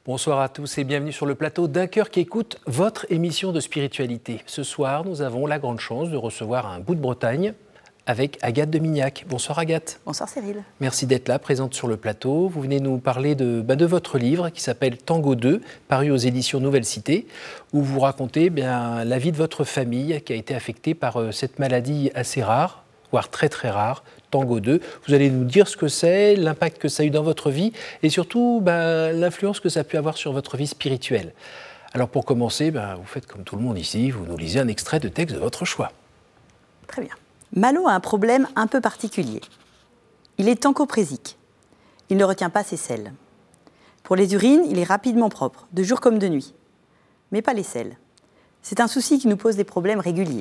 Bonsoir à tous et bienvenue sur le plateau d'Un cœur qui écoute votre émission de spiritualité. Ce soir, nous avons la grande chance de recevoir un bout de Bretagne avec Agathe de Mignac. Bonsoir Agathe. Bonsoir Cyril. Merci d'être là, présente sur le plateau. Vous venez nous parler de votre livre qui s'appelle Tango 2, paru aux éditions Nouvelle Cité, où vous racontez la vie de votre famille qui a été affectée par cette maladie assez rare, voire très très rare, Tango 2. Vous allez nous dire ce que c'est, l'impact que ça a eu dans votre vie et surtout l'influence que ça a pu avoir sur votre vie spirituelle. Alors pour commencer, vous faites comme tout le monde ici, vous nous lisez un extrait de texte de votre choix. Très bien. Malo a un problème un peu particulier. Il est tancoprésique. Il ne retient pas ses selles. Pour les urines, il est rapidement propre, de jour comme de nuit. Mais pas les selles. C'est un souci qui nous pose des problèmes réguliers.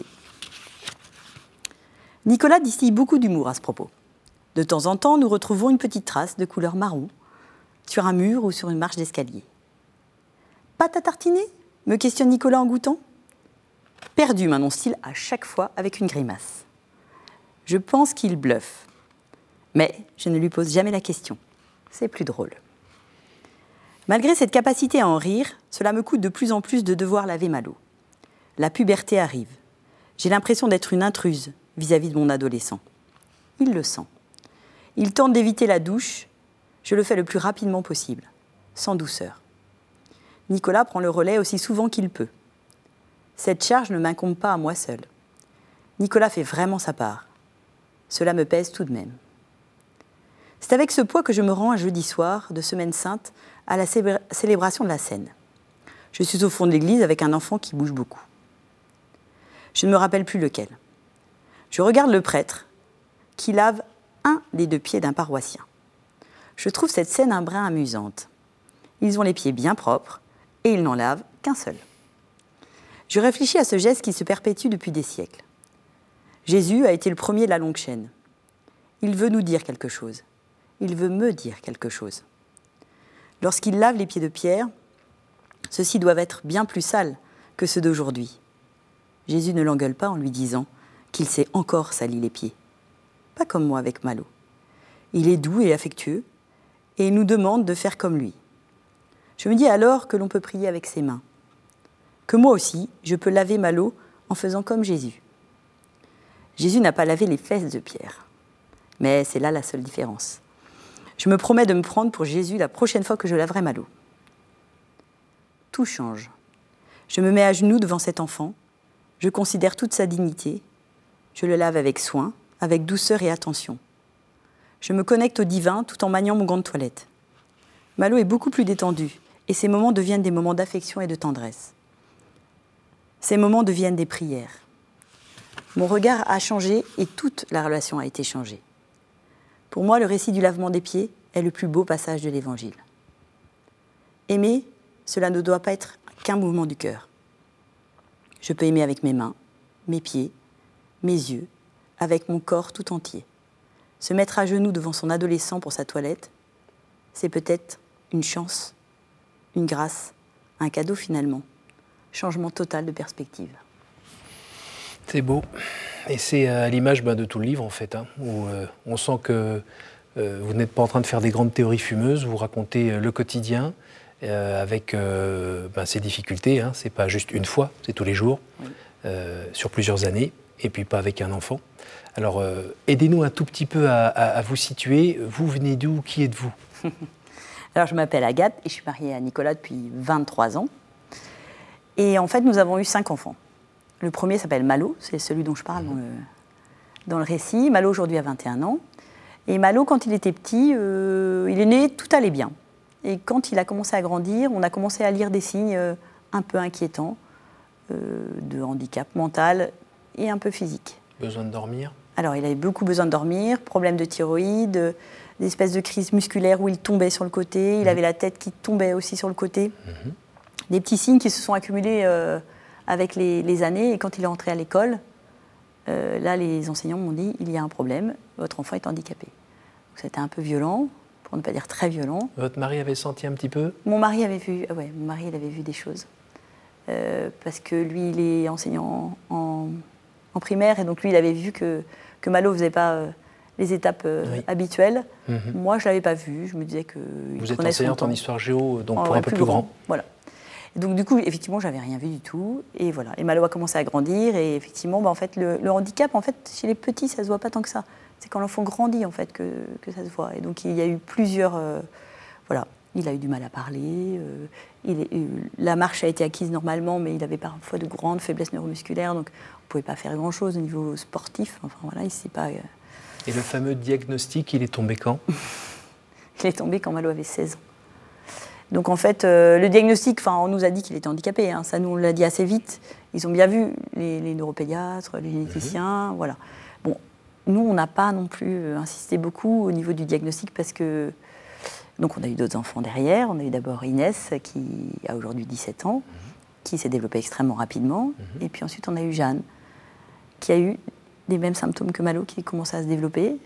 Nicolas distille beaucoup d'humour à ce propos. De temps en temps, nous retrouvons une petite trace de couleur marron sur un mur ou sur une marche d'escalier. « Pâte à tartiner ?» me questionne Nicolas en goûtant. « Perdu » m'annonce-t-il à chaque fois avec une grimace. Je pense qu'il bluffe. Mais je ne lui pose jamais la question. C'est plus drôle. Malgré cette capacité à en rire, cela me coûte de plus en plus de devoir laver Malo. La puberté arrive. J'ai l'impression d'être une intruse vis-à-vis de mon adolescent. Il le sent. Il tente d'éviter la douche. Je le fais le plus rapidement possible, sans douceur. Nicolas prend le relais aussi souvent qu'il peut. Cette charge ne m'incombe pas à moi seul. Nicolas fait vraiment sa part. Cela me pèse tout de même. C'est avec ce poids que je me rends un jeudi soir de Semaine Sainte à la célébration de la Seine. Je suis au fond de l'église avec un enfant qui bouge beaucoup. Je ne me rappelle plus lequel. Je regarde le prêtre qui lave un des deux pieds d'un paroissien. Je trouve cette scène un brin amusante. Ils ont les pieds bien propres et ils n'en lavent qu'un seul. Je réfléchis à ce geste qui se perpétue depuis des siècles. Jésus a été le premier de la longue chaîne. Il veut nous dire quelque chose. Il veut me dire quelque chose. Lorsqu'il lave les pieds de Pierre, ceux-ci doivent être bien plus sales que ceux d'aujourd'hui. Jésus ne l'engueule pas en lui disant qu'il s'est encore sali les pieds. Pas comme moi avec Malo. Il est doux et affectueux et il nous demande de faire comme lui. Je me dis alors que l'on peut prier avec ses mains. Que moi aussi, je peux laver Malo en faisant comme Jésus. Jésus n'a pas lavé les fesses de Pierre. Mais c'est là la seule différence. Je me promets de me prendre pour Jésus la prochaine fois que je laverai Malo. Tout change. Je me mets à genoux devant cet enfant. Je considère toute sa dignité. Je le lave avec soin, avec douceur et attention. Je me connecte au divin tout en maniant mon gant de toilette. Malo est beaucoup plus détendu et ces moments deviennent des moments d'affection et de tendresse. Ces moments deviennent des prières. Mon regard a changé et toute la relation a été changée. Pour moi, le récit du lavement des pieds est le plus beau passage de l'Évangile. Aimer, cela ne doit pas être qu'un mouvement du cœur. Je peux aimer avec mes mains, mes pieds, mes yeux, avec mon corps tout entier. Se mettre à genoux devant son adolescent pour sa toilette, c'est peut-être une chance, une grâce, un cadeau finalement. Changement total de perspective. C'est beau. Et c'est à l'image de tout le livre en fait, où on sent que vous n'êtes pas en train de faire des grandes théories fumeuses, vous racontez le quotidien avec ses difficultés. C'est pas juste une fois, c'est tous les jours, oui. Sur plusieurs années. Et puis pas avec un enfant. Alors, aidez-nous un tout petit peu à vous situer. Vous venez d'où? Qui êtes-vous? Alors, je m'appelle Agathe et je suis mariée à Nicolas depuis 23 ans. Et en fait, nous avons eu 5 enfants. Le premier s'appelle Malo, c'est celui dont je parle dans le récit. Malo, aujourd'hui, a 21 ans. Et Malo, quand il était petit, il est né, tout allait bien. Et quand il a commencé à grandir, on a commencé à lire des signes un peu inquiétants de handicap mental et un peu physique. Besoin de dormir? Alors, il avait beaucoup besoin de dormir, problème de thyroïde, des espèces de crises musculaires où il tombait sur le côté, il avait la tête qui tombait aussi sur le côté. Des petits signes qui se sont accumulés avec les années, et quand il est rentré à l'école, là, les enseignants m'ont dit « il y a un problème, votre enfant est handicapé ». C'était un peu violent, pour ne pas dire très violent. Votre mari avait senti un petit peu? Mon mari avait vu, il avait vu des choses. Parce que lui, il est enseignant en primaire, et donc lui, il avait vu que Malo ne faisait pas les étapes habituelles. Moi, je ne l'avais pas vu. Je me disais que vous êtes enseignante en histoire géo, donc pour un peu plus grand. Voilà. Et donc, du coup, effectivement, je n'avais rien vu du tout. Et voilà. Et Malo a commencé à grandir. Et effectivement, en fait, le handicap, en fait, chez les petits, ça ne se voit pas tant que ça. C'est quand l'enfant grandit, en fait, que ça se voit. Et donc, il y a eu plusieurs... voilà. Il a eu du mal à parler. La marche a été acquise normalement, mais il avait parfois de grandes faiblesses neuromusculaires. Donc, on ne pouvait pas faire grand-chose au niveau sportif. Enfin, voilà, il ne s'est pas... Et le fameux diagnostic, il est tombé quand? Il est tombé quand Malo avait 16 ans. Donc en fait, le diagnostic, on nous a dit qu'il était handicapé, hein, ça nous on l'a dit assez vite. Ils ont bien vu, les neuropédiatres, les généticiens, voilà. Bon, nous, on n'a pas non plus insisté beaucoup au niveau du diagnostic parce que... Donc on a eu d'autres enfants derrière. On a eu d'abord Inès, qui a aujourd'hui 17 ans, qui s'est développée extrêmement rapidement. Et puis ensuite, on a eu Jeanne, qui a eu les mêmes symptômes que Malo, qui commençait à se développer.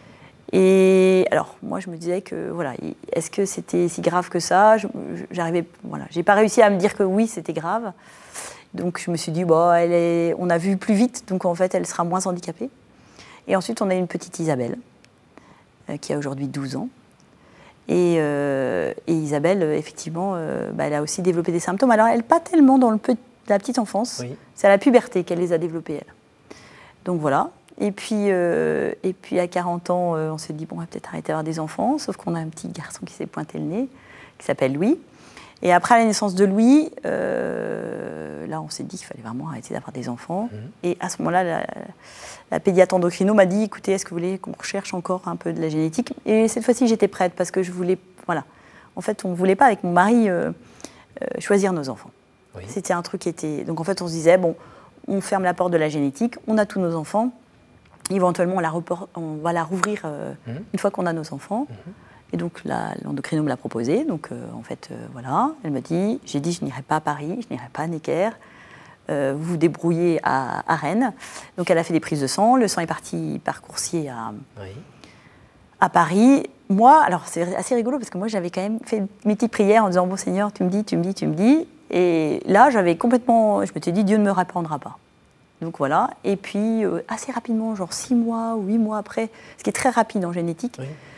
Et alors, moi, je me disais que, voilà, est-ce que c'était si grave que ça? J'ai pas réussi à me dire que oui, c'était grave. Donc, je me suis dit, on a vu plus vite, donc en fait, elle sera moins handicapée. Et ensuite, on a une petite Isabelle, qui a aujourd'hui 12 ans. Et Isabelle, effectivement, elle a aussi développé des symptômes. Alors, elle, pas tellement dans la petite enfance. Oui. C'est à la puberté qu'elle les a développés, elle. Donc, voilà. Et puis à 40 ans, on s'est dit, on va peut-être arrêter d'avoir des enfants, sauf qu'on a un petit garçon qui s'est pointé le nez, qui s'appelle Louis. Et après la naissance de Louis, là, on s'est dit qu'il fallait vraiment arrêter d'avoir des enfants. Et à ce moment-là, la pédiatre endocrino m'a dit, écoutez, est-ce que vous voulez qu'on recherche encore un peu de la génétique? Et cette fois-ci, j'étais prête, parce que je voulais... Voilà. En fait, on ne voulait pas, avec mon mari, choisir nos enfants. Oui. C'était un truc qui était... Donc, en fait, on se disait, on ferme la porte de la génétique, on a tous nos enfants. Éventuellement, on va la rouvrir une fois qu'on a nos enfants. Et donc, l'endocrino me l'a proposé. Donc, en fait, voilà. Elle m'a dit, j'ai dit, je n'irai pas à Paris, je n'irai pas à Necker. Vous vous débrouillez à Rennes. Donc, elle a fait des prises de sang. Le sang est parti par coursier à Paris. Moi, alors, c'est assez rigolo parce que moi, j'avais quand même fait mes petites prières en disant, bon Seigneur, tu me dis. Et là, je m'étais dit, Dieu ne me répondra pas. Donc voilà, et puis assez rapidement, genre 6 mois ou 8 mois après, ce qui est très rapide en génétique,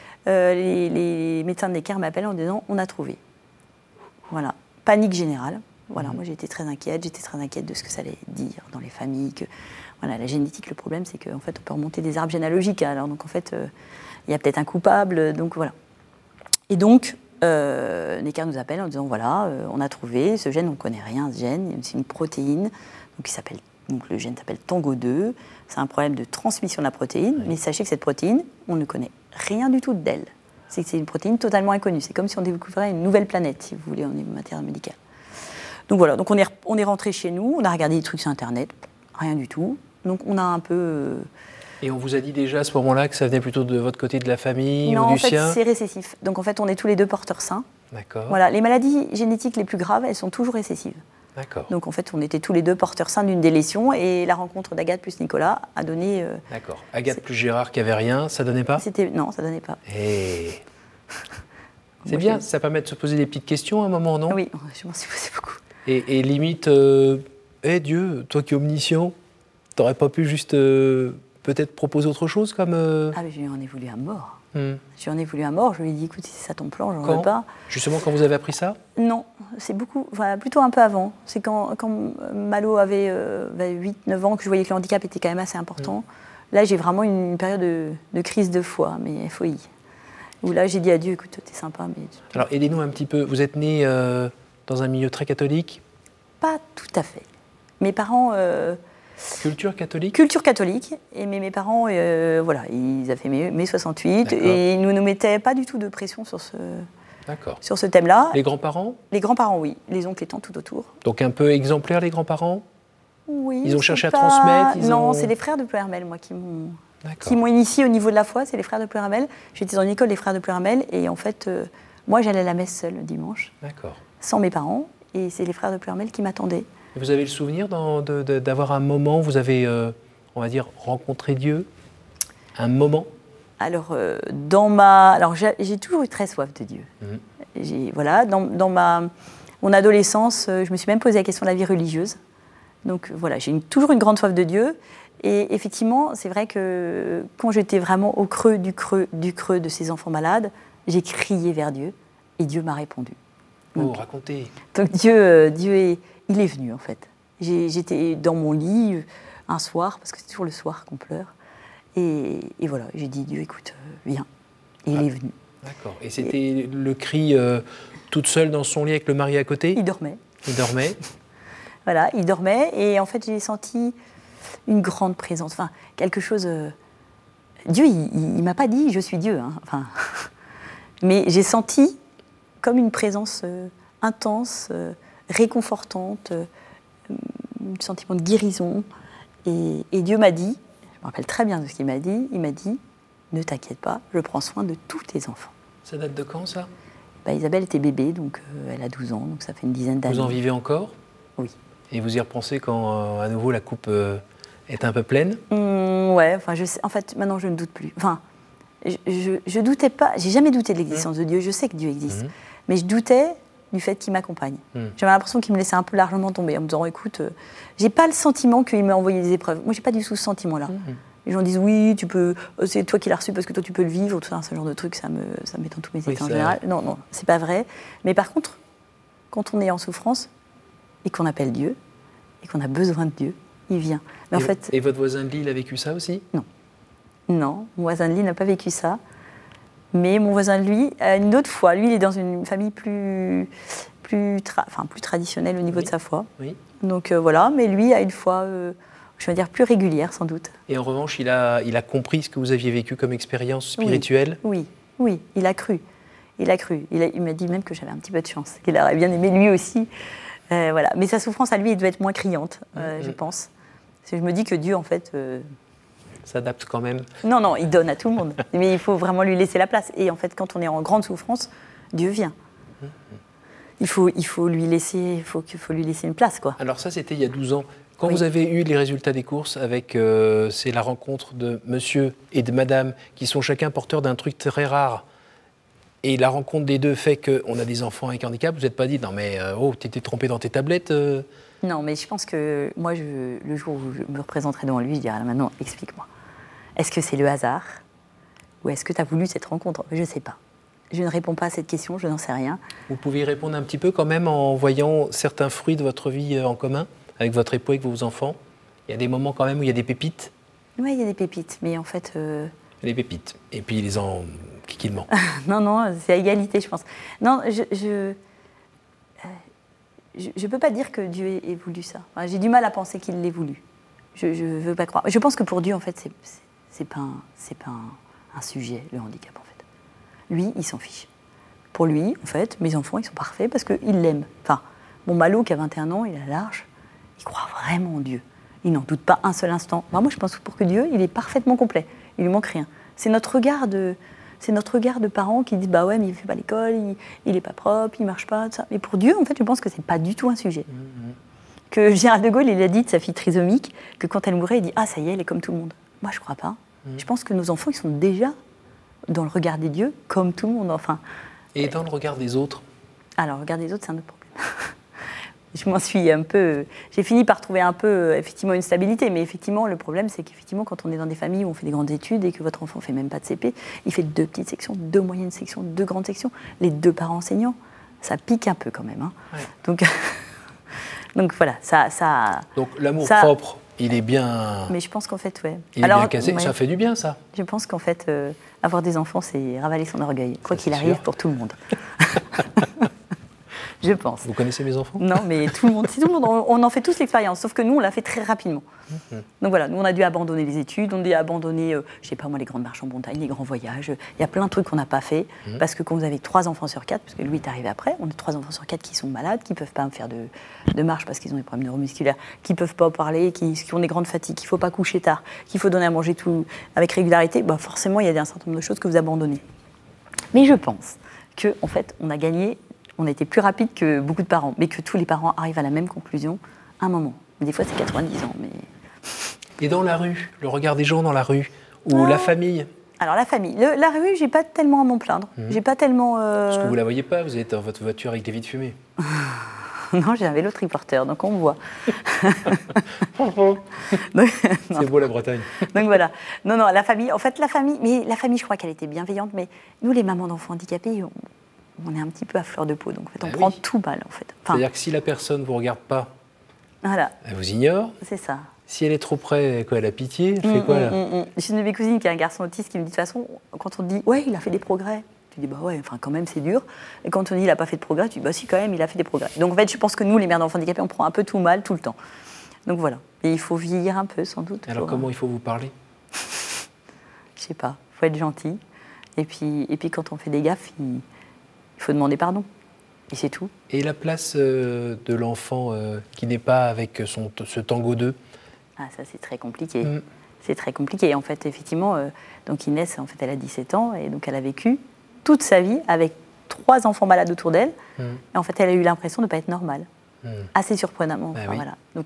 les médecins de Necker m'appellent en disant « on a trouvé ». Voilà, panique générale. Voilà, moi j'étais très inquiète de ce que ça allait dire dans les familles. Voilà, la génétique, le problème c'est qu'en fait on peut remonter des arbres généalogiques, alors donc en fait il y a peut-être un coupable, donc voilà. Et donc Necker nous appelle en disant « voilà, on a trouvé, ce gène, on ne connaît rien, ce gène, c'est une protéine donc, qui s'appelle... » Donc le gène s'appelle TANGO2, c'est un problème de transmission de la protéine, mais sachez que cette protéine, on ne connaît rien du tout d'elle. C'est une protéine totalement inconnue, c'est comme si on découvrait une nouvelle planète, si vous voulez, en matière médicale. Donc voilà, donc on est rentré chez nous, on a regardé des trucs sur Internet, rien du tout, donc on a un peu... Et on vous a dit déjà à ce moment-là que ça venait plutôt de votre côté de la famille ou du sien? Non, en fait, c'est récessif, donc en fait, on est tous les deux porteurs sains. D'accord. Voilà, les maladies génétiques les plus graves, elles sont toujours récessives. D'accord. Donc en fait, on était tous les deux porteurs sains d'une délétion et la rencontre d'Agathe plus Nicolas a donné... D'accord. Agathe plus Gérard qui avait rien, ça donnait pas? Non, ça donnait pas. C'est bien, ça permet de se poser des petites questions à un moment, non? Oui, je m'en suis posé beaucoup. Et limite, Dieu, toi qui es omniscient, t'aurais pas pu juste peut-être proposer autre chose comme... Ah mais je lui en ai voulu à mort. Je lui en ai voulu à mort, je lui ai dit, écoute, si c'est ça ton plan, j'en veux pas. Justement, quand vous avez appris ça? Non, c'est plutôt un peu avant. C'est quand Malo avait 8-9 ans que je voyais que le handicap était quand même assez important. Là, j'ai vraiment une période de crise de foi, mais FOI. Où là, j'ai dit à Dieu, écoute, t'es sympa, mais... Alors, aidez-nous un petit peu. Vous êtes né dans un milieu très catholique? Pas tout à fait. Mes parents... Culture catholique? Culture catholique. Et mes parents, voilà, ils avaient fait mai 68. D'accord. Et ils ne nous mettaient pas du tout de pression sur ce thème-là. Les grands-parents? Les grands-parents, oui. Les oncles et tantes tout autour. Donc un peu exemplaires, les grands-parents? Oui. Ils ont cherché à transmettre? Non, c'est les frères de Pleuhermel, moi, qui m'ont initié au niveau de la foi. C'est les frères de Pleuhermel. J'étais dans une école des frères de Pleuhermel. Et en fait, moi, j'allais à la messe seule le dimanche. D'accord. Sans mes parents. Et c'est les frères de Pleuhermel qui m'attendaient. Vous avez le souvenir d'avoir un moment où vous avez, on va dire, rencontré Dieu? Un moment? Alors, j'ai toujours eu très soif de Dieu. Voilà, dans mon adolescence, je me suis même posé la question de la vie religieuse. Donc voilà, j'ai toujours une grande soif de Dieu. Et effectivement, c'est vrai que quand j'étais vraiment au creux de ces enfants malades, j'ai crié vers Dieu et Dieu m'a répondu. Donc, racontez. Donc il est venu en fait. J'étais dans mon lit un soir, parce que c'est toujours le soir qu'on pleure, et voilà, j'ai dit Dieu, écoute, viens. Et il est venu. D'accord. Et c'était le cri toute seule dans son lit avec le mari à côté ? Il dormait. Il dormait. Voilà, il dormait, et en fait j'ai senti une grande présence, enfin quelque chose. Dieu, il m'a pas dit je suis Dieu, hein, enfin, mais j'ai senti comme une présence intense, réconfortante, un sentiment de guérison. Et Dieu m'a dit, je me rappelle très bien de ce qu'il m'a dit, il m'a dit, ne t'inquiète pas, je prends soin de tous tes enfants. Ça date de quand, ça ? Isabelle était bébé, donc elle a 12 ans, donc ça fait une dizaine d'années. Vous en vivez encore ? Oui. Et vous y repensez quand, à nouveau, la coupe est un peu pleine ? Ouais, enfin, en fait, maintenant, je ne doute plus. Enfin, je doutais pas, j'ai jamais douté de l'existence de Dieu, je sais que Dieu existe, mais je doutais du fait qu'il m'accompagne. J'avais l'impression qu'il me laissait un peu largement tomber en me disant, écoute, j'ai pas le sentiment qu'il m'a envoyé des épreuves. Moi, j'ai pas du tout ce sentiment-là. Les gens disent, oui, tu peux, c'est toi qui l'as reçu parce que toi, tu peux le vivre, tout ça, ce genre de truc, ça me met dans tous mes états en général. Non, c'est pas vrai. Mais par contre, quand on est en souffrance et qu'on appelle Dieu, et qu'on a besoin de Dieu, il vient. Mais et votre voisin de lit, il a vécu ça aussi ? Non, mon voisin de lit n'a pas vécu ça. Mais mon voisin de lui, une autre fois, lui, il est dans une famille plus traditionnelle au niveau de sa foi. Oui. Donc voilà, mais lui a une foi, je vais dire, plus régulière sans doute. Et en revanche, il a compris ce que vous aviez vécu comme expérience spirituelle ? Oui, il a cru. Il m'a dit même que j'avais un petit peu de chance, qu'il aurait bien aimé lui aussi. Voilà. Mais sa souffrance à lui, elle doit être moins criante, je pense. Parce que je me dis que Dieu, en fait... s'adapte quand même. Non, il donne à tout le monde. Mais il faut vraiment lui laisser la place. Et en fait, quand on est en grande souffrance, Dieu vient. Il faut lui laisser une place, quoi. Alors ça, c'était il y a 12 ans. Quand Oui. vous avez eu les résultats des courses avec c'est la rencontre de monsieur et de madame qui sont chacun porteurs d'un truc très rare, et la rencontre des deux fait qu'on a des enfants avec handicap, vous n'êtes pas dit non mais tu t'es trompé dans tes tablettes Non, mais je pense que moi, le jour où je me représenterai devant lui, je dirai maintenant, explique-moi. Est-ce que c'est le hasard ou est-ce que tu as voulu cette rencontre ? Je ne sais pas. Je ne réponds pas à cette question, je n'en sais rien. Vous pouvez y répondre un petit peu quand même en voyant certains fruits de votre vie en commun, avec votre époux, avec vos enfants. Il y a des moments quand même où il y a des pépites. Oui, il y a des pépites, mais en fait... Les pépites. Et puis les en... qui ment. Non, c'est à égalité, je pense. Non, je ne peux pas dire que Dieu ait voulu ça. Enfin, j'ai du mal à penser qu'il l'ait voulu. Je ne veux pas croire. Je pense que pour Dieu, en fait, c'est pas un sujet, le handicap, en fait. Lui, il s'en fiche. Pour lui, en fait, mes enfants, ils sont parfaits parce qu'il l'aime. Enfin, mon Malo, qui a 21 ans, il a large, il croit vraiment en Dieu. Il n'en doute pas un seul instant. Moi, je pense que pour que Dieu, il est parfaitement complet. Il lui manque rien. C'est notre regard de parents qui disent bah ouais, mais il fait pas l'école, il est pas propre, il marche pas, tout ça. Mais pour Dieu, en fait, je pense que c'est pas du tout un sujet. Que Gérald de Gaulle, il a dit de sa fille trisomique que quand elle mourait, il dit ah ça y est, elle est comme tout le monde. Moi, je crois pas. Je pense que nos enfants, ils sont déjà dans le regard des dieux, comme tout le monde. Enfin. Et dans le regard des autres ? Alors, le regard des autres, c'est un autre problème. Je m'en suis un peu... J'ai fini par trouver un peu, effectivement, une stabilité. Mais effectivement, le problème, c'est qu'effectivement, quand on est dans des familles où on fait des grandes études et que votre enfant ne fait même pas de CP, il fait 2 petites sections, 2 moyennes sections, 2 grandes sections, les 2 parents enseignants, ça pique un peu quand même. Hein. Ouais. Donc voilà, ça... Donc l'amour propre, il est bien... Mais je pense qu'en fait, ouais. Il est bien cassé, ça fait du bien, ça. Je pense qu'en fait, avoir des enfants, c'est ravaler son orgueil, quoi qu'il arrive pour tout le monde. Je pense. Vous connaissez mes enfants ? Non, mais tout le monde, on en fait tous l'expérience, sauf que nous, on l'a fait très rapidement. Donc voilà, nous, on a dû abandonner les études, on a dû abandonner, je sais pas moi, les grandes marches en montagne, les grands voyages. Il y a plein de trucs qu'on n'a pas fait, parce que quand vous avez 3 enfants sur 4, parce que lui est arrivé après, on a 3 enfants sur 4 qui sont malades, qui ne peuvent pas faire de marche parce qu'ils ont des problèmes neuromusculaires, qui ne peuvent pas parler, qui ont des grandes fatigues, qu'il ne faut pas coucher tard, qu'il faut donner à manger tout avec régularité, bah forcément, il y a un certain nombre de choses que vous abandonnez. Mais je pense qu'en fait, on a gagné. On a été plus rapide que beaucoup de parents, mais que tous les parents arrivent à la même conclusion à un moment. Des fois, c'est 90 ans, mais... Et dans la rue, le regard des gens dans la rue, ou la famille ? Alors, la famille. La rue, j'ai pas tellement à m'en plaindre. J'ai pas tellement... Parce que vous la voyez pas, vous êtes dans votre voiture avec des vitres fumées. Non, j'ai un vélo triporteur, donc on me voit. C'est beau la Bretagne. Donc voilà. Non, la famille, mais la famille, je crois qu'elle était bienveillante, mais nous, les mamans d'enfants handicapés, on est un petit peu à fleur de peau, donc en fait, on prend tout mal, en fait. C'est-à-dire que si la personne ne vous regarde pas, voilà. elle vous ignore. C'est ça. Si elle est trop près, elle a pitié, elle fait quoi là J'ai une de mes cousines qui a un garçon autiste qui me dit de toute façon, quand on te dit « ouais, il a fait des progrès », tu dis « bah ouais, enfin quand même c'est dur ». Et quand on dit « il n'a pas fait de progrès », tu dis « bah si quand même, il a fait des progrès ». Donc en fait, je pense que nous, les mères d'enfants handicapés, on prend un peu tout mal tout le temps. Donc voilà. Et il faut vieillir un peu, sans doute. Alors comment il faut vous parler? Je sais pas, il faut être gentil. Et puis quand on fait des gaffes, il faut demander pardon. Et c'est tout. Et la place de l'enfant qui n'est pas avec ce tango 2? Ah, ça, c'est très compliqué. C'est très compliqué. Et en fait, effectivement, donc Inès, en fait, elle a 17 ans et donc elle a vécu toute sa vie avec 3 enfants malades autour d'elle. Et en fait, elle a eu l'impression de ne pas être normale. Assez surprenamment. Oui. Voilà. Donc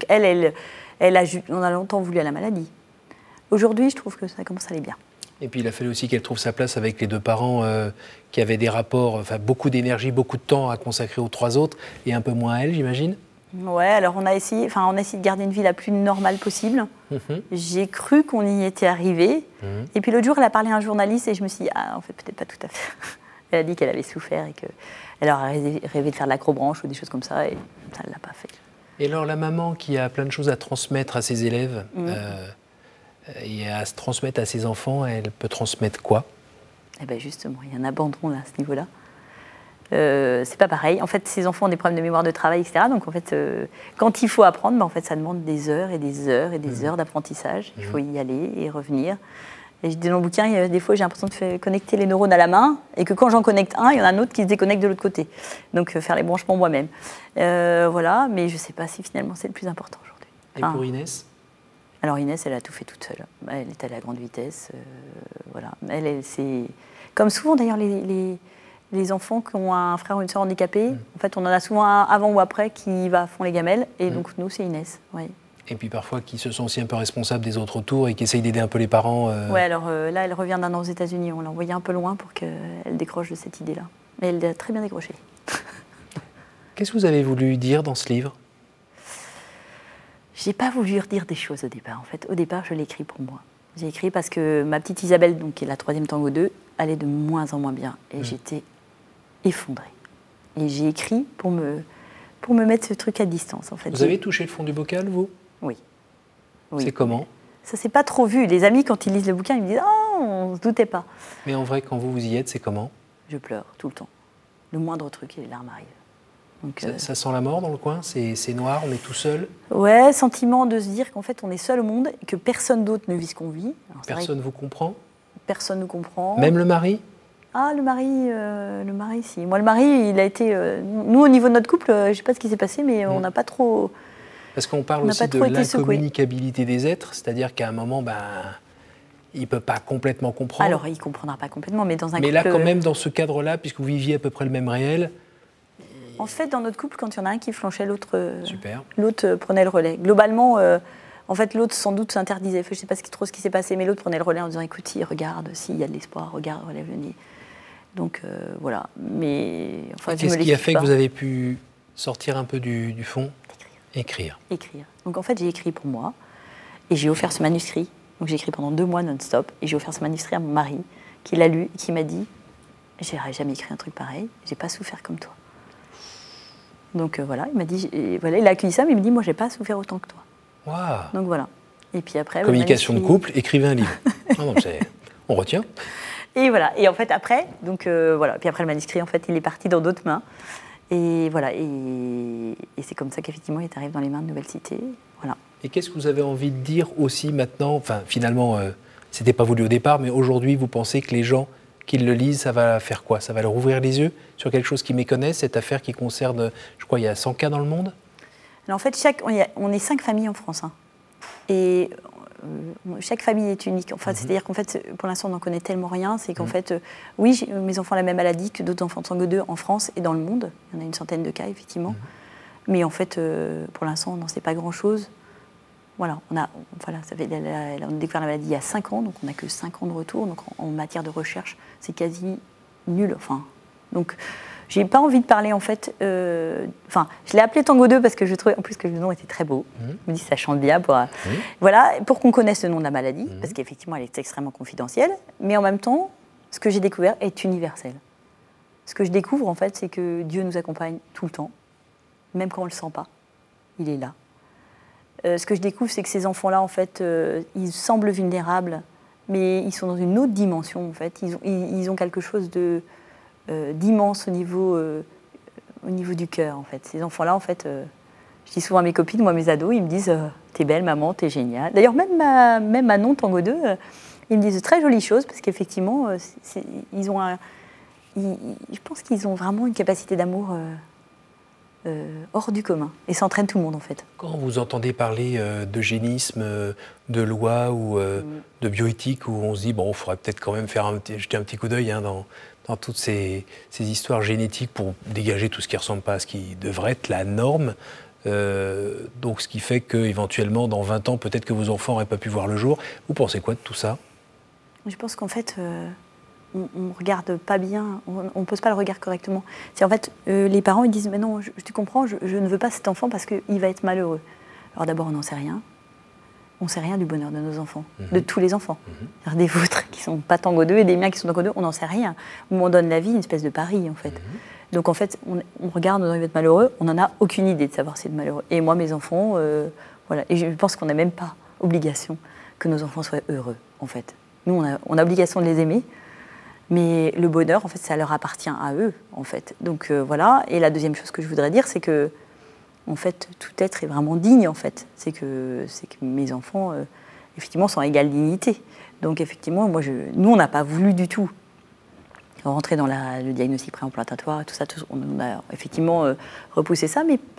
on a longtemps voulu à la maladie. Aujourd'hui, je trouve que ça commence à aller bien. Et puis il a fallu aussi qu'elle trouve sa place avec les 2 parents qui avaient des rapports, beaucoup d'énergie, beaucoup de temps à consacrer aux 3 autres et un peu moins à elle, j'imagine. Ouais, alors on a essayé de garder une vie la plus normale possible. J'ai cru qu'on y était arrivé. Et puis l'autre jour, elle a parlé à un journaliste et je me suis dit, en fait, peut-être pas tout à fait. Elle a dit qu'elle avait souffert et qu'elle aurait rêvé de faire de l'acrobranche ou des choses comme ça et ça ne l'a pas fait. Et alors la maman qui a plein de choses à transmettre à ses élèves et à se transmettre à ses enfants, elle peut transmettre quoi? Eh bien justement, il y a un abandon là, à ce niveau-là. C'est pas pareil. En fait, ces enfants ont des problèmes de mémoire de travail, etc. Donc, en fait, quand il faut apprendre, en fait, ça demande des heures et des heures et des heures d'apprentissage. Il faut y aller et revenir. Et je dis dans le bouquin, des fois, j'ai l'impression de connecter les neurones à la main et que quand j'en connecte un, il y en a un autre qui se déconnecte de l'autre côté. Donc, faire les branchements moi-même. Voilà, mais je sais pas si finalement c'est le plus important aujourd'hui. Et pour Inès? Alors, Inès, elle a tout fait toute seule. Elle est allée à grande vitesse. Voilà. C'est... Comme souvent, d'ailleurs, les enfants qui ont un frère ou une sœur handicapée, en fait, on en a souvent un avant ou après qui va à fond les gamelles. Et donc, nous, c'est Inès. Oui. Et puis parfois qui se sont aussi un peu responsables des autres autour et qui essayent d'aider un peu les parents. Oui, alors là, elle revient d'un an aux États-Unis. On l'a envoyée un peu loin pour qu'elle décroche de cette idée-là. Mais elle a très bien décroché. Qu'est-ce que vous avez voulu dire dans ce livre? J'ai pas voulu dire des choses au départ. En fait, au départ, je l'ai écrit pour moi. J'ai écrit parce que ma petite Isabelle, donc, qui est la 3e tango 2, allait de moins en moins bien. Et j'étais effondrée. Et j'ai écrit pour me mettre ce truc à distance. En fait. Vous avez touché le fond du bocal, vous? Oui. C'est comment? Ça s'est pas trop vu. Les amis, quand ils lisent le bouquin, ils me disent « Oh, on se doutait pas ». Mais en vrai, quand vous y êtes, c'est comment? Je pleure tout le temps. Le moindre truc et les larmes arrivent. Donc, ça sent la mort dans le coin? C'est noir, on est tout seul? Ouais, sentiment de se dire qu'en fait, on est seul au monde et que personne d'autre ne vit ce qu'on vit. Alors, personne vous comprend? Personne ne comprend. Même le mari? Ah, le mari, si. Moi, le mari, il a été... nous, au niveau de notre couple, je ne sais pas ce qui s'est passé, mais on n'a pas trop... Parce qu'on parle aussi de l'incommunicabilité des êtres, c'est-à-dire qu'à un moment, il ne peut pas complètement comprendre. Alors, il ne comprendra pas complètement, mais dans un couple... Mais là, quand même, dans ce cadre-là, puisque vous viviez à peu près le même réel... En fait, dans notre couple, quand il y en a un qui flanchait, l'autre prenait le relais. Globalement, en fait, l'autre, sans doute, s'interdisait. Je ne sais pas trop ce qui s'est passé, mais l'autre prenait le relais en disant « Écoute, regarde, s'il y a de l'espoir, regarde, relève le nez ». Donc, voilà. Mais... Enfin, qu'est-ce qui a fait que vous avez pu sortir un peu du fond? Écrire. Donc, en fait, j'ai écrit pour moi et j'ai offert ce manuscrit. Donc, j'ai écrit pendant 2 mois non-stop et j'ai offert ce manuscrit à mon mari qui l'a lu et qui m'a dit « J'aurais jamais écrit un truc pareil, j'ai pas souffert comme toi ». Donc voilà, il m'a dit, il a accueilli ça, mais il me dit, moi, j'ai pas souffert autant que toi. Wow. Donc voilà. Et puis après, communication de couple, écrivez un livre. On retient. Et voilà. Et en fait après, voilà. Puis après le manuscrit, en fait, il est parti dans d'autres mains. Et voilà. Et c'est comme ça qu'effectivement, il arrive dans les mains de Nouvelle Cité. Voilà. Et qu'est-ce que vous avez envie de dire aussi maintenant? Enfin, finalement, c'était pas voulu au départ, mais aujourd'hui, vous pensez que les gens qui le lisent, ça va faire quoi? Ça va leur ouvrir les yeux sur quelque chose qu'ils méconnaissent, cette affaire qui concerne, je crois, il y a 100 cas dans le monde? Alors en fait, on est 5 familles en France. Hein. Et chaque famille est unique. Enfin, c'est-à-dire qu'en fait, pour l'instant, on n'en connaît tellement rien. C'est qu'en fait, oui, mes enfants ont la même maladie que d'autres enfants de Tango 2 en France et dans le monde. Il y en a une centaine de cas, effectivement. Mais en fait, pour l'instant, on n'en sait pas grand-chose. Voilà, on a découvert la maladie il y a 5 ans, donc on n'a que 5 ans de retour. Donc en matière de recherche, c'est quasi nul. Enfin, donc J'ai pas envie de parler en fait. Enfin, je l'ai appelé Tango 2 parce que je trouvais en plus que le nom était très beau. Je me dis ça chante bien voilà, pour qu'on connaisse le nom de la maladie, parce qu'effectivement elle est extrêmement confidentielle. Mais en même temps, ce que j'ai découvert est universel. Ce que je découvre en fait, c'est que Dieu nous accompagne tout le temps, même quand on le sent pas. Il est là. Ce que je découvre, c'est que ces enfants-là, en fait, ils semblent vulnérables, mais ils sont dans une autre dimension, en fait. Ils ont quelque chose d'immense au niveau du cœur, en fait. Ces enfants-là, en fait, je dis souvent à mes copines, moi, mes ados, ils me disent « T'es belle, maman, t'es géniale ». D'ailleurs, même Manon, Tango 2, ils me disent de très jolies choses, parce qu'effectivement, ils ont je pense qu'ils ont vraiment une capacité d'amour hors du commun. Et ça entraîne tout le monde, en fait. Quand vous entendez parler d'eugénisme, de loi ou de bioéthique, où on se dit, bon, il faudrait peut-être quand même jeter un petit coup d'œil dans toutes ces histoires génétiques pour dégager tout ce qui ne ressemble pas à ce qui devrait être la norme. Donc, ce qui fait qu'éventuellement, dans 20 ans, peut-être que vos enfants n'auraient pas pu voir le jour. Vous pensez quoi de tout ça ? Je pense qu'en fait, on ne regarde pas bien, on ne pose pas le regard correctement. C'est en fait, les parents ils disent « Mais non, je te comprends, je ne veux pas cet enfant parce qu'il va être malheureux. » Alors d'abord, on n'en sait rien. On ne sait rien du bonheur de nos enfants, de tous les enfants. Des vôtres qui ne sont pas Tango 2 et des miens qui sont Tango 2, on n'en sait rien. On donne la vie, une espèce de pari, en fait. Donc en fait, on regarde, on va être malheureux, on n'en a aucune idée de savoir si c'est malheureux. Et moi, mes enfants, voilà. Et je pense qu'on n'a même pas obligation que nos enfants soient heureux, en fait. Nous, on a obligation de les aimer. Mais le bonheur, en fait, ça leur appartient à eux, en fait. Donc voilà. Et la deuxième chose que je voudrais dire, c'est que, en fait, tout être est vraiment digne, en fait. C'est que mes enfants, effectivement, sont à égale dignité. Donc effectivement, nous, on n'a pas voulu du tout rentrer dans le diagnostic préimplantatoire, tout ça. On a effectivement repoussé ça, mais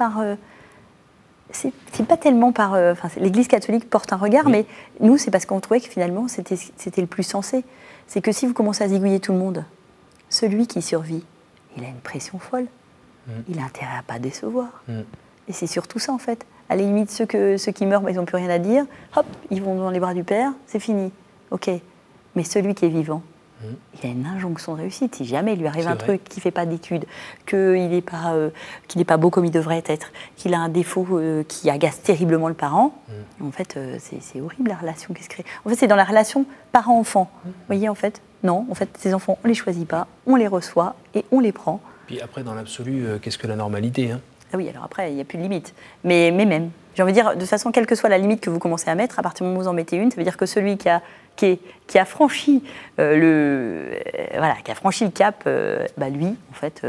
c'est pas tellement par. L'Église catholique porte un regard, mais nous, c'est parce qu'on trouvait que finalement, c'était le plus sensé. C'est que si vous commencez à zigouiller tout le monde, celui qui survit, il a une pression folle. Il a intérêt à ne pas décevoir. Et c'est surtout ça, en fait. À la limite, ceux qui meurent, ils n'ont plus rien à dire. Hop, ils vont dans les bras du Père, c'est fini. OK. Mais celui qui est vivant, il a une injonction de réussite. Si jamais il lui arrive un truc, qu'il ne fait pas d'études, qu'il n'est pas beau comme il devrait être, qu'il a un défaut qui agace terriblement le parent, en fait, c'est horrible la relation qui se crée. En fait, c'est dans la relation parent-enfant. Vous voyez, en fait, non, en fait, ces enfants, on ne les choisit pas, on les reçoit et on les prend. Puis après, dans l'absolu, qu'est-ce que la normalité, hein ? Ah oui, alors après, il n'y a plus de limite. Mais même, j'ai envie de dire, de toute façon, quelle que soit la limite que vous commencez à mettre, à partir du moment où vous en mettez une, ça veut dire que celui qui a franchi qui a franchi le cap, lui, en fait,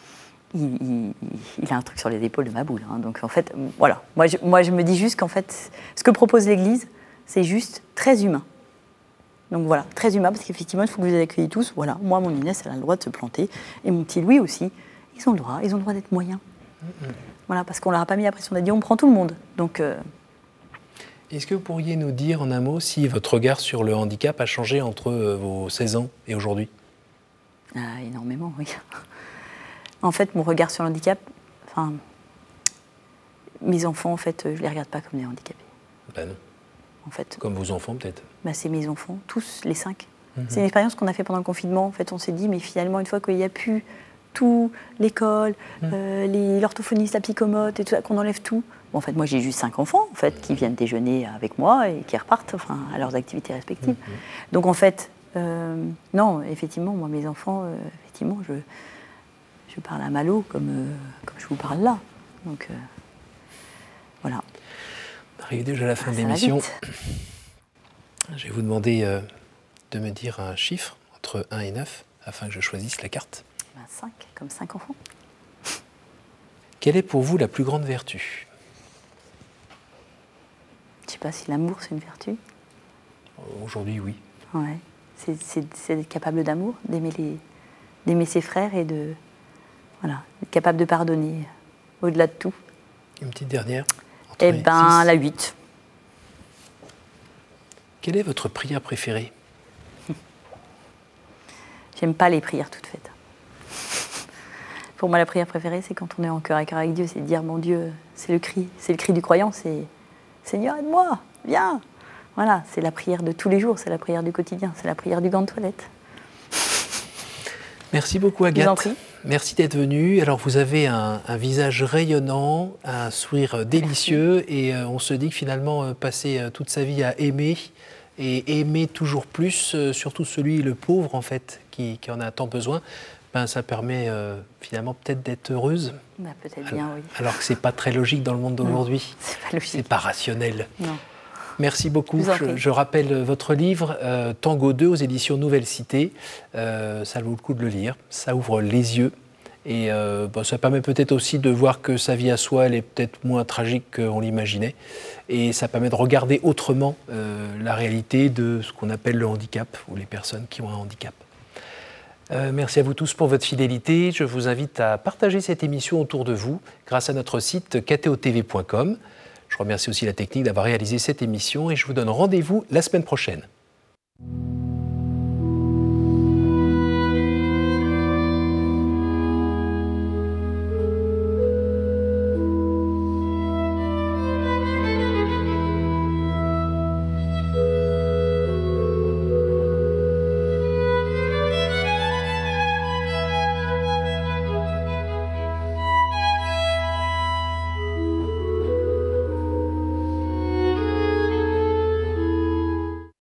il a un truc sur les épaules de ma boule. Hein. Donc, en fait, voilà. Moi, je me dis juste qu'en fait, ce que propose l'Église, c'est juste très humain. Donc voilà, très humain, parce qu'effectivement, il faut que vous les accueilliez tous. Voilà, moi, mon Inès, elle a le droit de se planter. Et mon petit Louis aussi. Ils ont le droit d'être moyens. Voilà, parce qu'on leur a pas mis la pression. On a dit, on prend tout le monde. Donc... Est-ce que vous pourriez nous dire en un mot si votre regard sur le handicap a changé entre vos 16 ans et aujourd'hui ? Énormément, oui. En fait, mon regard sur le handicap, mes enfants, en fait, je ne les regarde pas comme des handicapés. Ben non. En fait, comme vos enfants, peut-être ? C'est mes enfants, tous, les 5. C'est une expérience qu'on a fait pendant le confinement. En fait, on s'est dit, mais finalement, une fois qu'il n'y a plus tout, l'école, l'orthophoniste, la psychomote, et tout ça, qu'on enlève tout. Bon, en fait, moi, j'ai juste 5 enfants, en fait, qui viennent déjeuner avec moi et qui repartent, à leurs activités respectives. Donc, en fait, non, effectivement, moi, mes enfants, effectivement, je parle à Malo comme je vous parle là. Donc, voilà. On arrive déjà à la fin de l'émission. Je vais vous demander de me dire un chiffre entre 1 et 9 afin que je choisisse la carte. 5, comme 5 enfants. Quelle est pour vous la plus grande vertu ? Je ne sais pas si l'amour, c'est une vertu. Aujourd'hui, oui. Ouais. C'est d'être capable d'amour, d'aimer ses frères et d'être capable de pardonner au-delà de tout. Une petite dernière. La 8. Quelle est votre prière préférée ? J'aime pas les prières toutes faites. Pour moi, la prière préférée, c'est quand on est en cœur à cœur avec Dieu, c'est de dire, mon Dieu, c'est le cri du croyant, c'est Seigneur, aide-moi, viens. Voilà, c'est la prière de tous les jours, c'est la prière du quotidien, c'est la prière du gant de toilette. Merci beaucoup, Agathe. Je vous en prie. Merci d'être venu. Alors vous avez un visage rayonnant, un sourire délicieux et on se dit que finalement passer toute sa vie à aimer et aimer toujours plus, surtout celui, le pauvre en fait, qui en a tant besoin, ça permet finalement peut-être d'être heureuse. Peut-être bien, oui. Alors que c'est pas très logique dans le monde d'aujourd'hui. C'est pas logique. C'est pas rationnel. Non. Merci beaucoup. Je rappelle votre livre, Tango 2 aux éditions Nouvelle Cité. Ça vaut le coup de le lire. Ça ouvre les yeux. Et ça permet peut-être aussi de voir que sa vie à soi, elle est peut-être moins tragique qu'on l'imaginait. Et ça permet de regarder autrement la réalité de ce qu'on appelle le handicap ou les personnes qui ont un handicap. Merci à vous tous pour votre fidélité. Je vous invite à partager cette émission autour de vous grâce à notre site ktotv.com. Je remercie aussi la technique d'avoir réalisé cette émission et je vous donne rendez-vous la semaine prochaine.